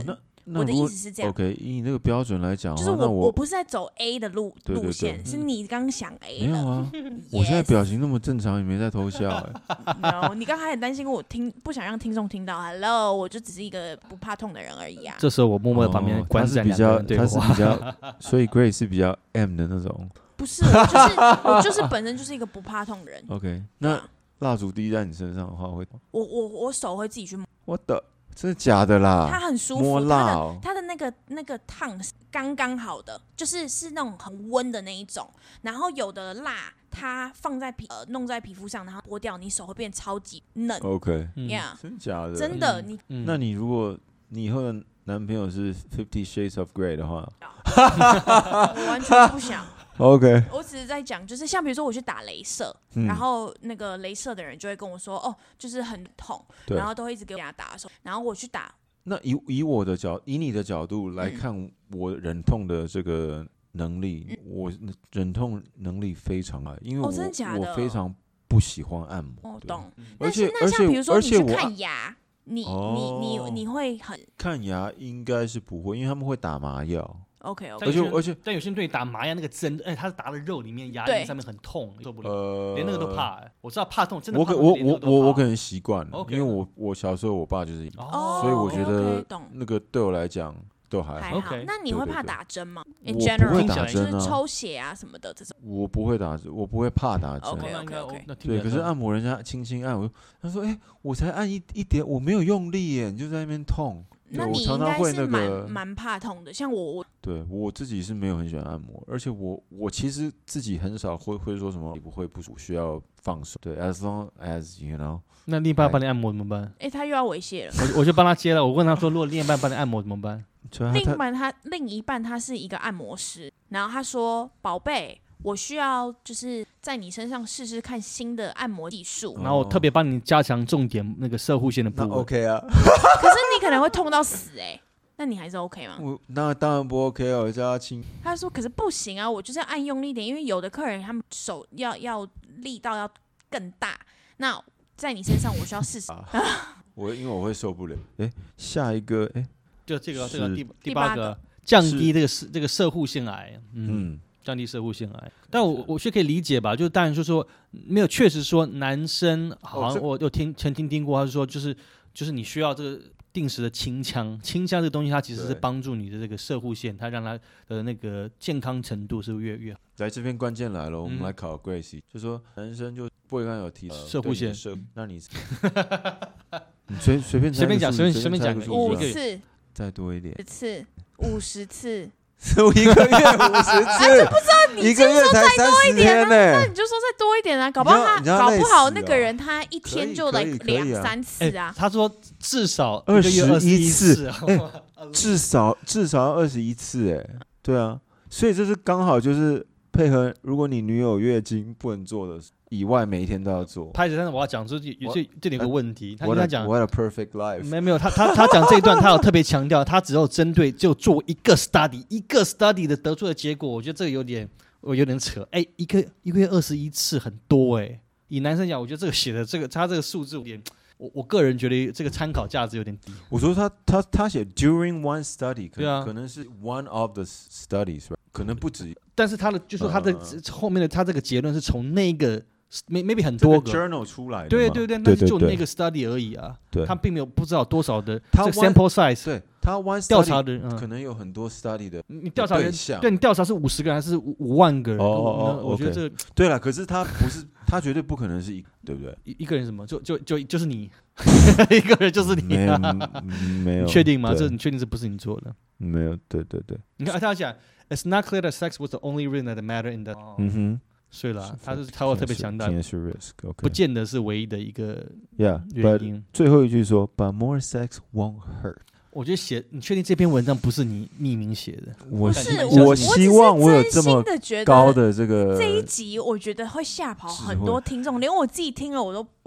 我的意思是这样。 OK， 以你那个标准来讲， 就是我我我不是在走 A 的路对对对路线，是你刚想 A 了。 没有啊，我现在表情那么正常，也没在偷笑哎、 欸。no， 你刚才很担心我听，不想让听众听到。Hello， 我就只是一个不怕痛的人而已啊。 这时候我默默在旁边观战两个人对话。 他是比较，所以 Grace 是比较 M 的那种。 不是，我就是我就是本身就是一个不怕痛的人。 OK， 那蜡烛滴在你身上的话会， 我我我手会自己去摸。 我的。真的假的啦？ 它很舒服， 摸蜡哦、 它的它的那个那个烫是刚刚好的，就是是那种很温的那一种。然后有的蜡它放在皮呃弄在皮肤上，然后剥掉，你手会变超级嫩。 OK， yeah， 真假的？ 真的，你、 嗯、那你如果你以后的男朋友是 Fifty Shades of Grey 的话， 我完全不想。 OK， 我只是在讲，就是像比如说我去打雷射、嗯，然后那个雷射的人就会跟我说，哦，就是很痛，然后都会一直给我打的时候，然后我去打。 那以以我的角，以你的角度来看，我忍痛的这个能力，嗯、我忍痛能力非常好，因为我、 哦、真的假的我非常不喜欢按摩。 哦，懂。 而且那像比如说你去看看牙，你、哦、你你你会很看牙应该是不会，因为他们会打麻药。 OK OK， 而且而且， 但有些人对打麻药那个针，哎，它是打在肉里面，牙龈上面很痛，受不了，呃、连那个都怕、欸。我知道怕痛，真的怕痛。 我我我我可能习惯了， okay. 因为我我小时候我爸就是， 哦、 所以我觉得 okay, okay, 那个对我来讲都还好。 还好。那你会怕打针吗？ 我不会打针啊， 就是抽血啊什么的这种。 我不会打针，我不会怕打针。 OK OK OK。 对，可是按摩人家轻轻按，我他说，哎、欸，我才按一一点，我没有用力耶，你就在那边痛。 那你应该是蛮蛮怕痛的，像我我对我自己是没有很喜欢按摩，而且我我其实自己很少会会说什么不会不舒服需要放手，对 ，as long as you know。 那另一半帮你按摩怎么办？ 哎、欸，他又要猥亵了， 我我就帮他接了。我问他说，如果另一半帮你按摩怎么办？ 另一半他另一半他是一个按摩师，然后他说，宝贝。我需要就是在你身上试试看新的按摩技术， 然后我特别帮你加强重点那个射护线的部位。 OK 啊， 可是你可能会痛到死哎、欸，那你还是 OK 吗？ 我那当然不 OK 哦，我叫他亲。 他说可是不行啊，我就是要按用力一点，因为有的客人他们手要要力道要更大，那在你身上我需要试试。啊、 我因为我会受不了。哎，下一个哎， 就这个这个第第八个降低这个这个射护腺癌，嗯。嗯降低射护腺癌，但我我却可以理解吧，就当然就是说没有确实说男生好像我有听曾经听过，他是说就是就是你需要这个定时的清腔，清腔这个东西它其实是帮助你的这个射护腺，它让它的那个健康程度是越越好。 来这边关键来了，我们来考 Grace，、嗯、就说男生就不会刚刚有提、呃、 射护腺， 那你你随随便随便讲，随便随便讲五次， 再多一点， 十次，五十次。 一个月五十次， 啊、不知道你一个月才三十天呢、欸， 那你就说再多一点啊，搞不好他搞不好那个人他一天就来两三次啊。 欸、他说至少二十一次， 欸、 至少至少要二十一次，哎，对啊，所以这是刚好就是配合，如果你女友月经不能做的以外，每一天都要做。 拍子，但是我要讲，就是有这这里有个问题，他跟他讲 What a perfect life， 没没有，他他他讲这一段，他有特别强调，他只有针对就做一个 study， 一个 study 的得出的结果，我觉得这个有点我有点扯。哎、欸，一个一个月二十一次很多哎、欸，以男生讲，我觉得这个写的这个他这个数字有点，我我个人觉得这个参考价值有点低。 我说他他他写 during one study， 可能、 啊、 可能是 one of the studies， 可能不止。 但是他的就说他的、嗯、后面的他这个结论是从那个。maybe 很多个 journal 出来的， 对对对，那是就那个 study 而已啊，对，他并没有不知道多少的这个 sample size， 对，他 one 调查的人、 嗯、可能有很多 study 的， 你调查人，对你调查是五十个人还是五万个人？ 哦哦， 我觉得这个对了，可是他不是，他绝对不可能是一，对不对？ 一一个人什么？就就就就是你，一个人就是你、啊， 没有， 你确定吗？这你确定这不是你做的？ 没有，对对对。 你看他讲 ，It's not clear that sex was the only reason that mattered in the， 嗯哼。所以啦，他是他会特别强调，不见得是唯一的一个原因。 Yeah, 最后一句说 ，But more sex won't hurt。 我觉得写，你确定这篇文章不是你匿名写的？ 我是，我希望我有这么高的这个这一集，我觉得会吓跑很多听众，连我自己听了我都不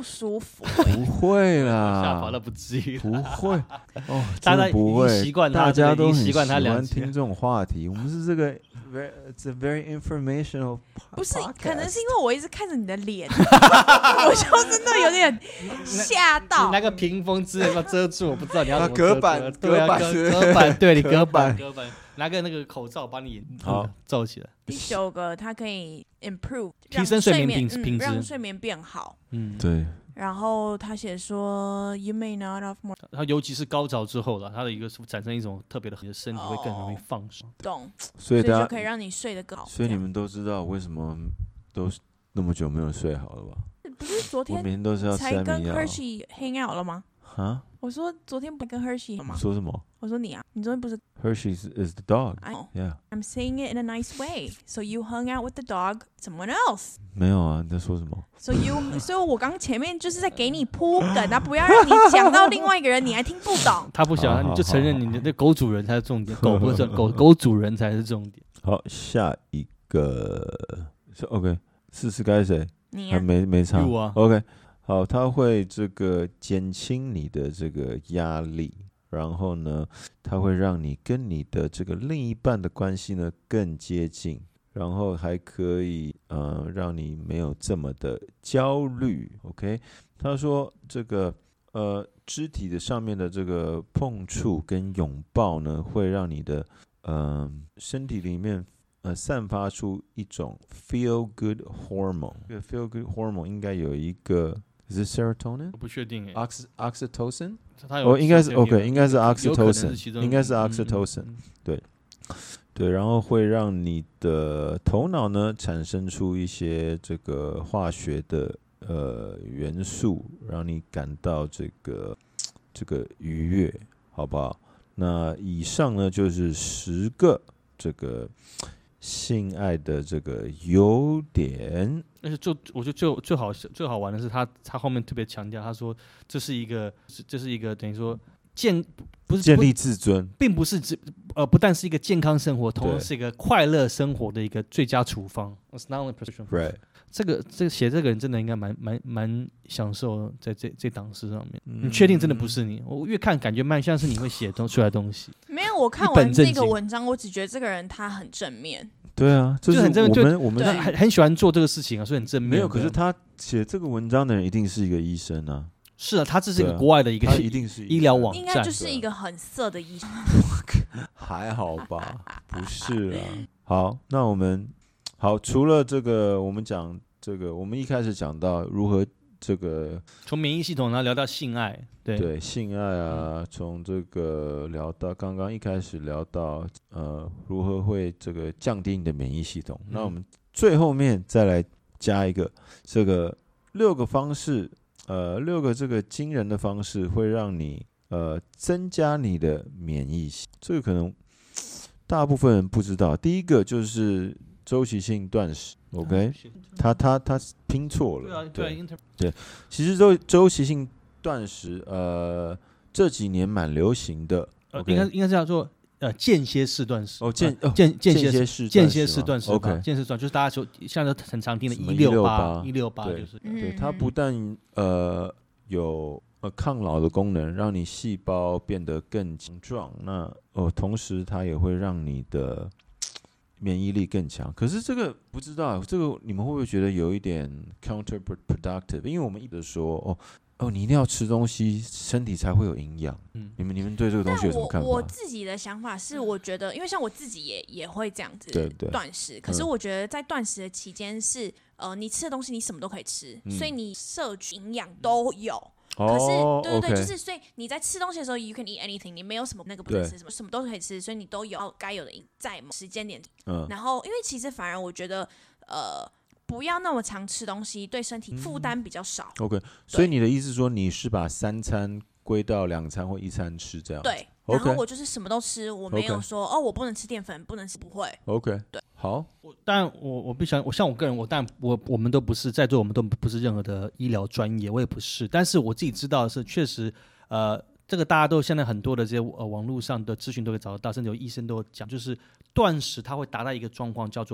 不舒服、欸。 不会啦， 下滑了不至于， 不会哦， 大家不会， 习惯他， 大家都很习惯他欢听这种话题。我们是这个 very, it's a very informational， 不是， podcast 可能是因为我一直看着你的脸，我就真的有点吓到。 你那个屏风之类要遮住，我不知道你要怎么隔板， 对啊， 隔隔板，对你隔板， 隔板，拿个那个口罩把你好罩起来。 第九个，它可以 improve 提升睡眠品质， 让睡眠变好。 嗯， 对。 然後他寫說 you may not have more， 他尤其是高潮之後了，他的一個產生一種特別的，你的身體會更容易放鬆。 懂， 所以大家就可以讓你睡得更好。 所以你們都知道為什麼都那麼久沒有睡好了吧？ 不是昨天我每天都是要才跟 Hershey hang out 了嗎？ 啊？ 我說昨天不跟 Hershey 嗎？ 說什麼？ 我說你啊，你昨天不是 Hershey is the dog. I know. Yeah. I'm saying it in a nice way. So you hung out with the dog, someone else. 沒有啊，你在說什麼 ？So you， 所以我剛前面就是在給你鋪梗啊，不要讓你講到另外一個人，你還聽不懂。 他不想，你就承認你的那狗主人才是重點，狗不是狗狗主人才是重點。 好，下一個是 OK， 試試該誰？ 你啊， 沒沒差。 啊 OK， 好，它會這個減輕你的這個壓力。然後呢，它會讓你跟你的這個另一半的關係呢更接近，然後還可以呃讓你沒有這麼的焦慮。OK， 他說這個呃肢體的上面的這個碰觸跟擁抱呢，會讓你的呃身體裡面呃散發出一種 feel good hormone。這個 feel good hormone 應該有一個。是 serotonin？ 我不確定誒。 Ox oxytocin？ 哦， 應該是 OK， 應該是 oxytocin， 應該是 oxytocin， 嗯、 對，對，然後會讓你的頭腦呢產生出一些這個化學的呃元素，讓你感到這個這個愉悅，好不好？那以上呢就是十個這個性愛的這個優點。 而且就我覺得最最好最好玩的是他他後面特別強調，他說這是一個這是一個等於說建不是建立自尊， 並不是呃不但是一個健康生活，同時是一個快樂生活的一個最佳處方。It's not only prescription. Right. 這個這個寫這個人真的應該蠻蠻蠻享受在這這檔事上面。嗯、你確定真的不是你？我越看感覺蠻像是你會寫出來的東西。 沒有，我看完這個文章，我只覺得這個人他很正面。 對啊，就是我們就很正面，我們很很喜歡做這個事情啊，所以很正面。 沒有，可是他寫這個文章的人一定是一個醫生啊。 是啊，他這是一個國外的一個一定是醫療網站， 應該就是一個很色的醫生。 還好吧，不是啊。好，那我們好，除了這個，我們講這個，我們一開始講到如何這個從免疫系統然後聊到性愛，對對性愛啊，從這個聊到剛剛一開始聊到呃如何會這個降低你的免疫系統。嗯、那我們最後面再來加一個這個六個方式，呃六個這個驚人的方式會讓你呃增加你的免疫系統。這個可能大部分人不知道。第一個就是週期性斷食 ，OK， 他他他拼錯了，對啊，對，對，對，其實週週期性斷食，呃，這幾年蠻流行的， 呃，應該應該是叫做呃間歇式斷食， 哦，間間間歇式間歇式斷食 ，OK， 間歇式斷就是大家說現在很常聽的一六八一六八，就是對，它不但呃有呃抗老的功能，讓你細胞變得更強壯，那哦，同時它也會讓你的免疫力更強。可是這個不知道，這個你們會不會覺得有一點 counterproductive？ 因為我們一直說哦哦，你一定要吃東西，身體才會有營養。嗯，你們你們對這個東西有什麼看法？ 我我自己的想法是，我覺得，因為像我自己也也會這樣子斷食，對對，可是我覺得在斷食的期間是，呃，你吃的東西你什麼都可以吃，嗯、所以你攝取營養都有。可是， 哦、 對對對， okay. 就是所以你在吃東西的時候 ，you can eat anything， 你沒有什麼那個不能吃，什麼什麼都可以吃，所以你都有該有的在時間點。嗯，然後因為其實反而我覺得，呃，不要那麼常吃東西，對身體負擔比較少。嗯、 OK， 所以你的意思是說，你是把三餐歸到兩餐或一餐吃這樣？ 對，然後我就是什麼都吃，我沒有說、okay. 哦，我不能吃澱粉，不能吃，不會。 OK， 對。 好， 但我我不想，我像我個人，我但我我們都不是在座，我們都不是任何的醫療專業，我也不是。但是我自己知道的是，確實，呃，這個大家都現在很多的這些呃網絡上的資訊都可以找得到，甚至有醫生都有講，就是斷食它會達到一個狀況，叫做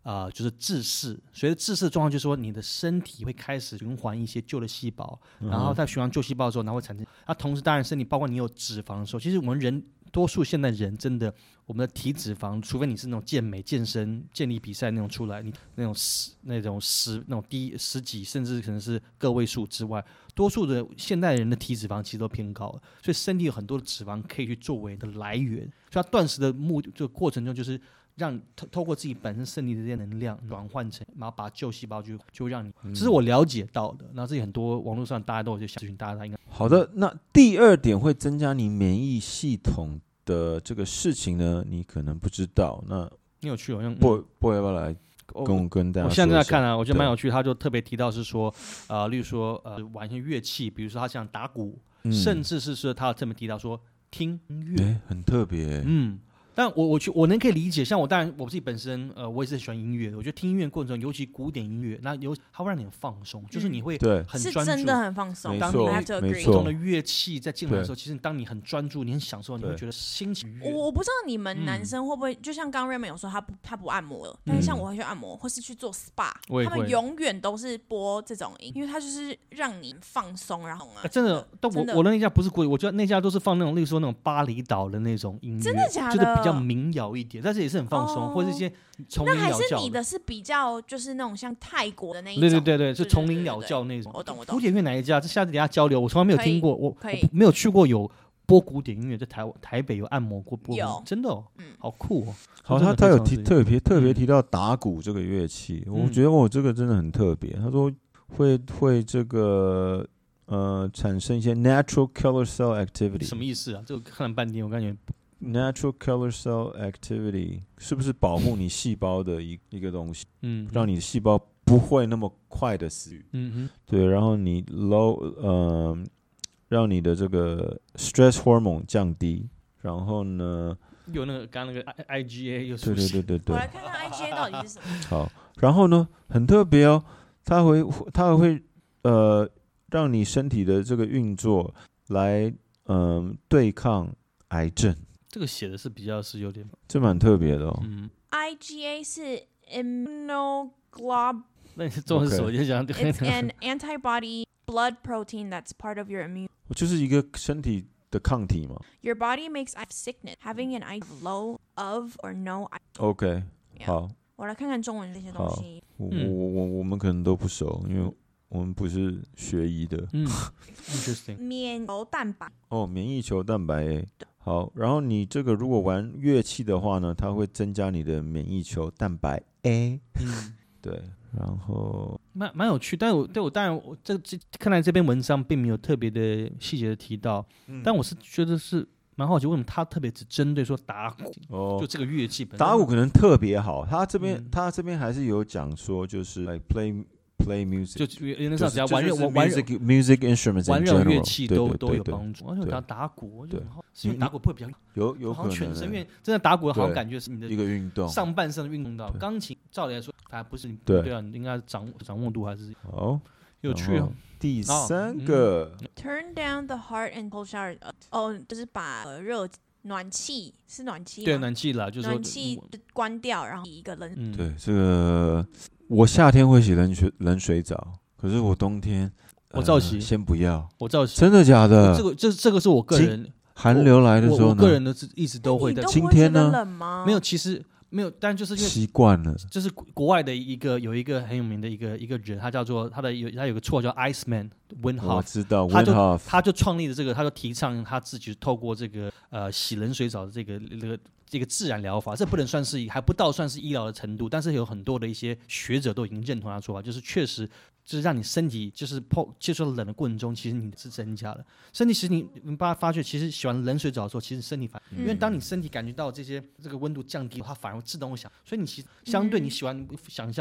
呃，就是自噬。随着自噬的状况，就是说你的身体会开始循环一些旧的细胞，嗯、然后在循环旧细胞之后，然后会产生。那同时，当然身体包括你有脂肪的时候，其实我们人多数现代人真的，我们的体脂肪，除非你是那种健美、健身、健力比赛那种出来，你那种十、那种十、那种低十几，甚至可能是个位数之外，多数的现代人的体脂肪其实都偏高了，所以身体有很多的脂肪可以去作为的来源。所以它断食的目的，这个过程中就是。让透透过自己本身身体的这些能量转换成，然后把旧细胞就就让你，这是我了解到的。然后这里很多网络上大家都有些咨询，大家应该好的。那第二点会增加你免疫系统的这个事情呢，你可能不知道。那你有趣，好像不不要不要来跟我跟大家说一下。 我现在在看啊，我觉得蛮有趣。他就特别提到是说，呃，例如说呃玩一些乐器，比如说他像打鼓，嗯、甚至是说他特别提到说听音乐， 欸、很特别、欸。 嗯。但我我我能可以理解，像我当然我自己本身呃我也是很喜欢音乐的，我觉得听音乐过程中，尤其古典音乐，那有它会让你很放松，嗯、就是你会很专注， 是真的很放松。 当你不同的乐器在进来的时候，其实当你很专注，你很享受，你会觉得心情愉悦。 我我不知道你们男生会不会，嗯、就像刚刚 Raymond 有说他不他不按摩了，但是像我会去按摩，或是去做 S P A， 他们永远都是播这种音，因为它就是让你放松，然后啊， 欸、真的，但我我的那家不是故意，我觉得那家都是放那种，例如说那种巴厘岛的那种音乐， 真的假的？ 就是比较民谣一点。但是也是很放松，哦、或者一些丛林鸟叫。 那还是你的是比较就是那种像泰国的那一种， 对对对对，是丛林鸟叫那种。 我懂我懂。 古典乐哪一家？这下次等一下交流，我从来没有听过，我我没有去过有播古典音乐，在台台北有按摩过播， 有真的哦，嗯，好酷哦。 好，他他有提特别特别提到打鼓这个乐器，嗯、我觉得我这个真的很特别。他说会会这个呃产生一些 natural killer cell activity， 什么意思啊？这个看了半天，我感觉。 Natural killer cell activity 是不是保护你细胞的一一个东西？嗯，让你的细胞不会那么快的死。嗯哼，对，然后你 low 呃，让你的这个 stress hormone 降低，然后呢， 有那个刚刚那个 I G A 又出现。 对对对对对。 我来看看 I G A 到底是什么。 好，然后呢，很特别哦，它会它会呃让你身体的这个运作来嗯、呃、对抗癌症。 这个写的是比较是有点， 这蛮特别的哦。 嗯 I G A 是 immunoglobulin， 那你是中文手就讲 It's an antibody blood protein that's part of your immune。 就是一个身体的抗体嘛。 Your body makes sickness, having an eye low of or no eye。OK， 好。 我来看看中文这些东西。 我我我我们可能都不熟，因为我们不是学医的。 嗯 ，interesting。 免球蛋白。 哦，免疫球蛋白诶。好，然后你这个如果玩乐器的话呢，它会增加你的免疫球蛋白 A。嗯，对，然后蛮蛮有趣，但我对我当然我这这看来这篇文章并没有特别的细节的提到，嗯、但我是觉得是蛮好奇，为什么他特别只针对说打鼓，哦、就这个乐器本身打鼓可能特别好，他这边、嗯、他这边还是有讲说就是 like play。Play music 就原则上只要玩乐玩 music music instruments 玩任何乐器都都有帮助。而且打打鼓，我觉得是因为打鼓会比较有有可能全身，因为真的打鼓好像感觉是你的一个运动， 上半身的运动到。钢琴照理来说，反而不是你对啊，你应该掌掌握度还是好有趣哦。 第三个 ，Turn down the hot and cold shower， 哦，就是把热暖气是暖气， 对暖气啦，就是暖气关掉，然后一个人对这个。我夏天会洗冷水冷水澡，可是我冬天我照洗、 呃，先不要。 我照洗， 真的假的？ 这个这这个是我个人寒流来的时候呢， 我我个人的一直都会的。 今天呢？ 没有，其实没有，但就是因为习惯了。 就是国外的一个有一个很有名的一个一个人，他叫做他的有他有个绰叫 Iceman Wim Hof， 我知道， 他就他就创立了这个，他就提倡他自己透过这个呃洗冷水澡的这个这个。这个自然疗法，这不能算是还不到算是医疗的程度，但是有很多的一些学者都已经认同他的说法，就是确实就是让你身体就是碰接触到冷的过程中，其实你是增加了身体。其实你你把它发觉，其实洗完冷水澡的时候，其实身体反，嗯、因为当你身体感觉到这些这个温度降低，它反而自动会响，所以你其实相对你喜欢想象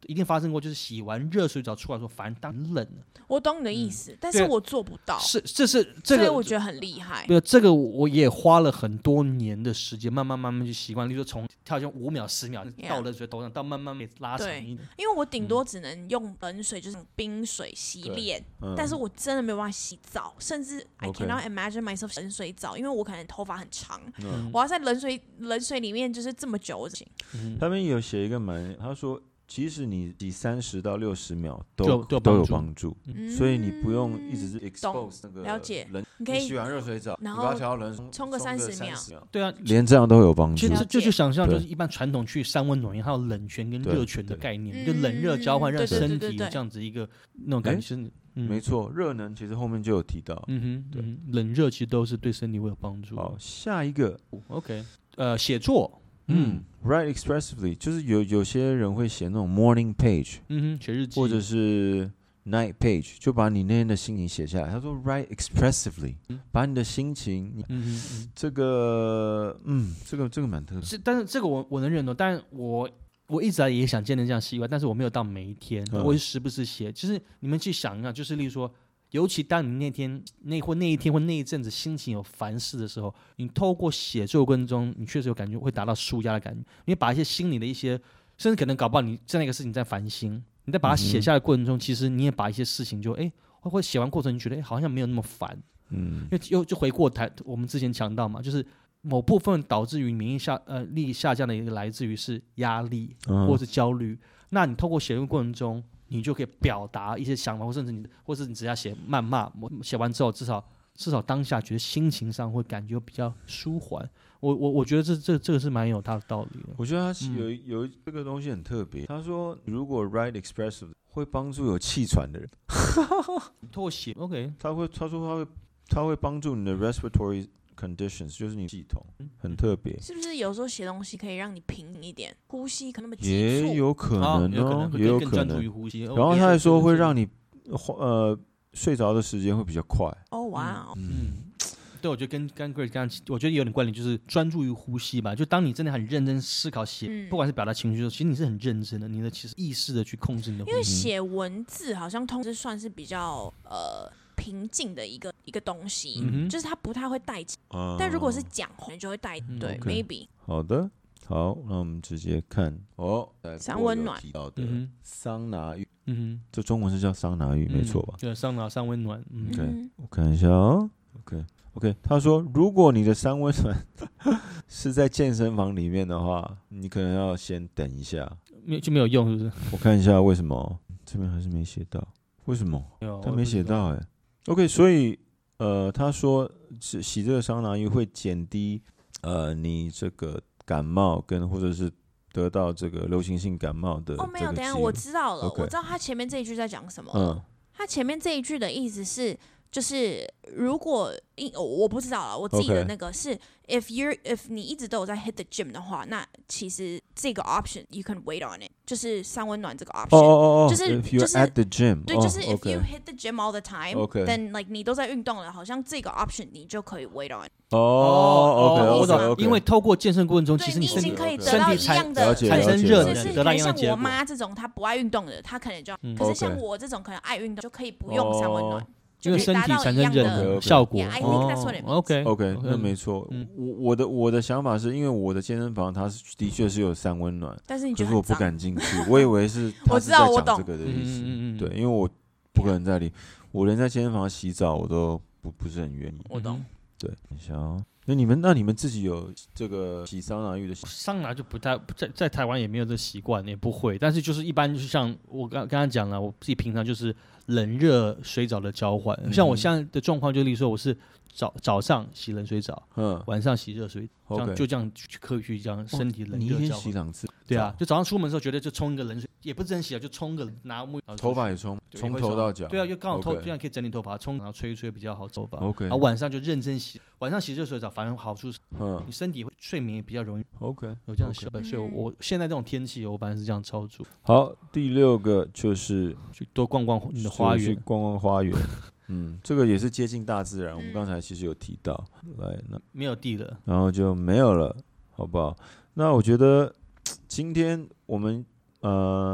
一定发生过，就是洗完热水澡出来说，反正当冷了。 我懂你的意思，嗯、但是我做不到。 是，这是这个， 所以我觉得很厉害。 对，这个我也花了很多年的时间，慢慢慢慢去习惯。例如说，从跳进五秒、十秒到冷水头上，到慢慢慢拉长一点。 因为我顶多只能用冷水，就是冰水洗脸，嗯、但是我真的没有办法洗澡，甚至 I cannot imagine myself 冷水澡，因为我可能头发很长，嗯、我要在冷水冷水里面就是这么久，我不行。 嗯、他们有写一个蛮，他说。即使你洗三十到六十秒都都有帮助，嗯、所以你不用一直是 expose 那个了解， 你可以洗完热水澡， 然后调冷水冲个三十秒， 对啊， 连这样都有帮助。 其实就就想象就是一般传统去三温暖，还有冷泉跟热泉的概念，就冷热交换，让身体这样子一个那种感觉。 嗯、没错，热能其实后面就有提到， 嗯哼，对，嗯、冷热其实都是对身体会有帮助。 好，下一个 ，OK， 呃，写作。 嗯 ，write expressively 就是有有些人会写那种 morning page， 嗯哼，写日记， 或者是 night page， 就把你那天的心情写下来。他说 write expressively，、嗯、把你的心情，嗯哼嗯，这个，嗯，这个这个蛮特别。 但是这个我我能认同，但我我一直来也想建立这样习惯，但是我没有到每一天，嗯、我会时不时写。就是你们去想一下，就是例如说。尤其当你那天那或那一天或那一阵子心情有烦事的时候，你透过写作过程中，你确实有感觉会达到抒压的感觉。你把一些心里的一些，甚至可能搞不好你在那个事情在烦心，你在把它写下来的过程中，嗯、其实你也把一些事情就哎，会会写完过程你觉得哎好像没有那么烦，嗯，因为又就回过台我们之前讲到嘛，就是某部分导致于免疫下呃力下降的一个来自于是压力或是焦虑，嗯、那你透过写作过程中。你就可以表达一些想法，或甚至你，或是你只要写谩骂，写完之后，至少至少当下觉得心情上会感觉比较舒缓。我我我觉得这这这个是蛮有它的道理的。 我觉得他有、嗯、有这个东西很特别。他说，如果 write expressive 会帮助有气喘的人， 透过写 ，OK， 他会他说他会他会帮助你的 respiratory conditions， 就是你系统很特别。 是不是有时候写东西可以让你平一点，呼吸可能那么急促？ 也有可能哦， 也有可能。然后他还说会让你呃睡着的时间会比较快。 哦哇， 嗯，对，我觉得跟跟 Grace 刚刚，我觉得有点关联，就是专注于呼吸吧。就当你真的很认真思考写，嗯、不管是表达情绪的时候，其实你是很认真的，你的其实意识的去控制你的呼吸。 因为写文字好像通常算是比较呃。平静的一个一个东西，嗯、就是它不太会带情，嗯、但如果是讲话就会带，嗯、对 ，maybe okay。 好的，好，那我们直接看哦， 三温暖提到的桑拿浴， 嗯哼， 这中文是叫桑拿浴，嗯、没错吧？ 对，桑拿三温暖。嗯、 OK， 我看一下哦 ，OK OK， 他说，如果你的三温暖是在健身房里面的话，你可能要先等一下， 没就没有用，是不是？ 我看一下为什么这边还是没写到，为什么？他没写到哎、欸。OK， 所以呃，他说洗这个桑拿浴会减低呃你这个感冒跟或者是得到这个流行性感冒的哦，没有，等一下我知道了， okay. 我知道他前面这一句在讲什么了。嗯，他前面这一句的意思是，就是如果我不知道了，我自己的那个是。Okay. If you're if 你一直都有在 hit the gym 的话，那其实这个 option you can wait on it， 就是三温暖这个 option， 哦哦哦， 就是 if you're 就是 at the gym， 对，就是 if you hit the gym all the time，then like 你都在运动了，好像这个 option 你就可以 wait on。 哦 ，OK， 我懂，因为透过健身过程中，其实你身体可以得到一样的产生热能，得到一样的结果。 像我妈这种她不爱运动的，她可能就，可是像我这种可能爱运动，就可以不用三温暖。 因为身体产生热能效果。 Yeah, I think that's what it means. OK OK， 那没错。我我的我的想法是因为我的健身房它的确是有三温暖， 但是你可是我不敢进去，我以为是他是在讲这个的意思。对，因为我不可能在里，我连在健身房洗澡我都不不是很愿意。 我懂。 对，等一下哦。那你们那你们自己有这个洗桑拿浴的习惯？ 桑拿就不太在在台湾也没有这习惯，也不会。但是就是一般就是像我刚刚刚讲了，我自己平常就是冷热水澡的交换。嗯、像我现在的状况，就例如说我是早早上洗冷水澡，嗯，晚上洗热水，这样 okay. 就这样去刻意去这样身体冷热交换。 你一天洗两次？ 对啊，就早上出门的时候觉得就冲一个冷水，也不是真洗啊，就冲个拿沐浴头发也冲，从头到脚。 对啊，就刚好头这样可以整理头发，冲然后吹一吹比较好头发。 OK， 然后晚上就认真洗，晚上洗热水澡，反正好处是，嗯，你身体会睡眠也比较容易。 OK， 有这样想法，所以我现在这种天气，我反正是这样操作。 好，第六个就是去多逛逛你的花园， 去逛逛花园。嗯，这个也是接近大自然。我们刚才其实有提到，来，那没有地了， 然后就没有了，好不好？那我觉得今天我们呃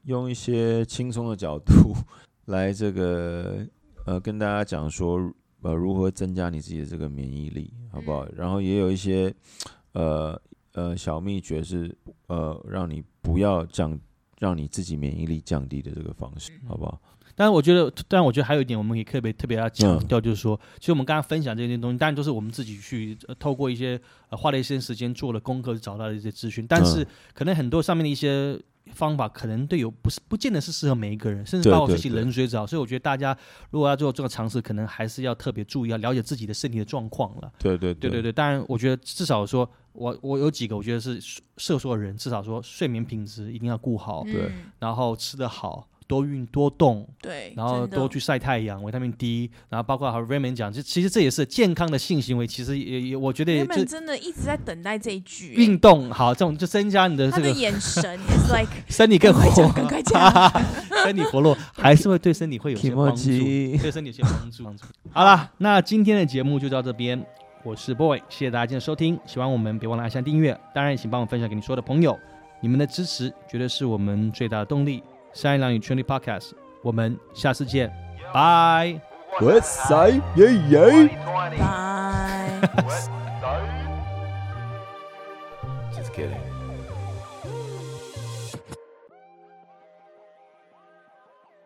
用一些轻松的角度来这个呃跟大家讲说呃如何增加你自己的这个免疫力，好不好？然后也有一些呃呃小秘诀是呃让你不要降，让你自己免疫力降低的这个方式，好不好？ 但是我觉得，但我觉得还有一点，我们也特别特别要强调，就是说，嗯、其实我们刚刚分享这些东西，当然都是我们自己去、呃、透过一些、呃、花了一些时间做了功课找到的一些资讯，但是可能很多上面的一些方法，可能对有不是不见得是适合每一个人，甚至把我自己冷水找。所以我觉得大家如果要做这个尝试，可能还是要特别注意，要了解自己的身体的状况了。 对对对对对，当然我觉得至少说，我我有几个我觉得是适合的人，至少说睡眠品质一定要顾好， 对、 嗯，然后吃得好。多运多动， 对， 然后多去晒太阳，维他命 D， 然后包括和 Raymond 讲，其实这也是健康的性行为。其实也也，我觉得也 Raymond 真的一直在等待这一句。 运动好，这种就增加你的这个他的眼神也是 like 身体更活， 赶快讲， 身体活络还是会对身体会有些帮助，对身体有些帮助。好了，那今天的节目就到这边，我是 Boy， 谢谢大家今天的收听，喜欢我们别忘了按下订阅，当然也请帮我分享给你所有的朋友，你们的支持绝对是我们最大的动力。三一郎与全力 Podcast。我们下次见，拜。 West Side， 耶耶， 拜。 Just kidding.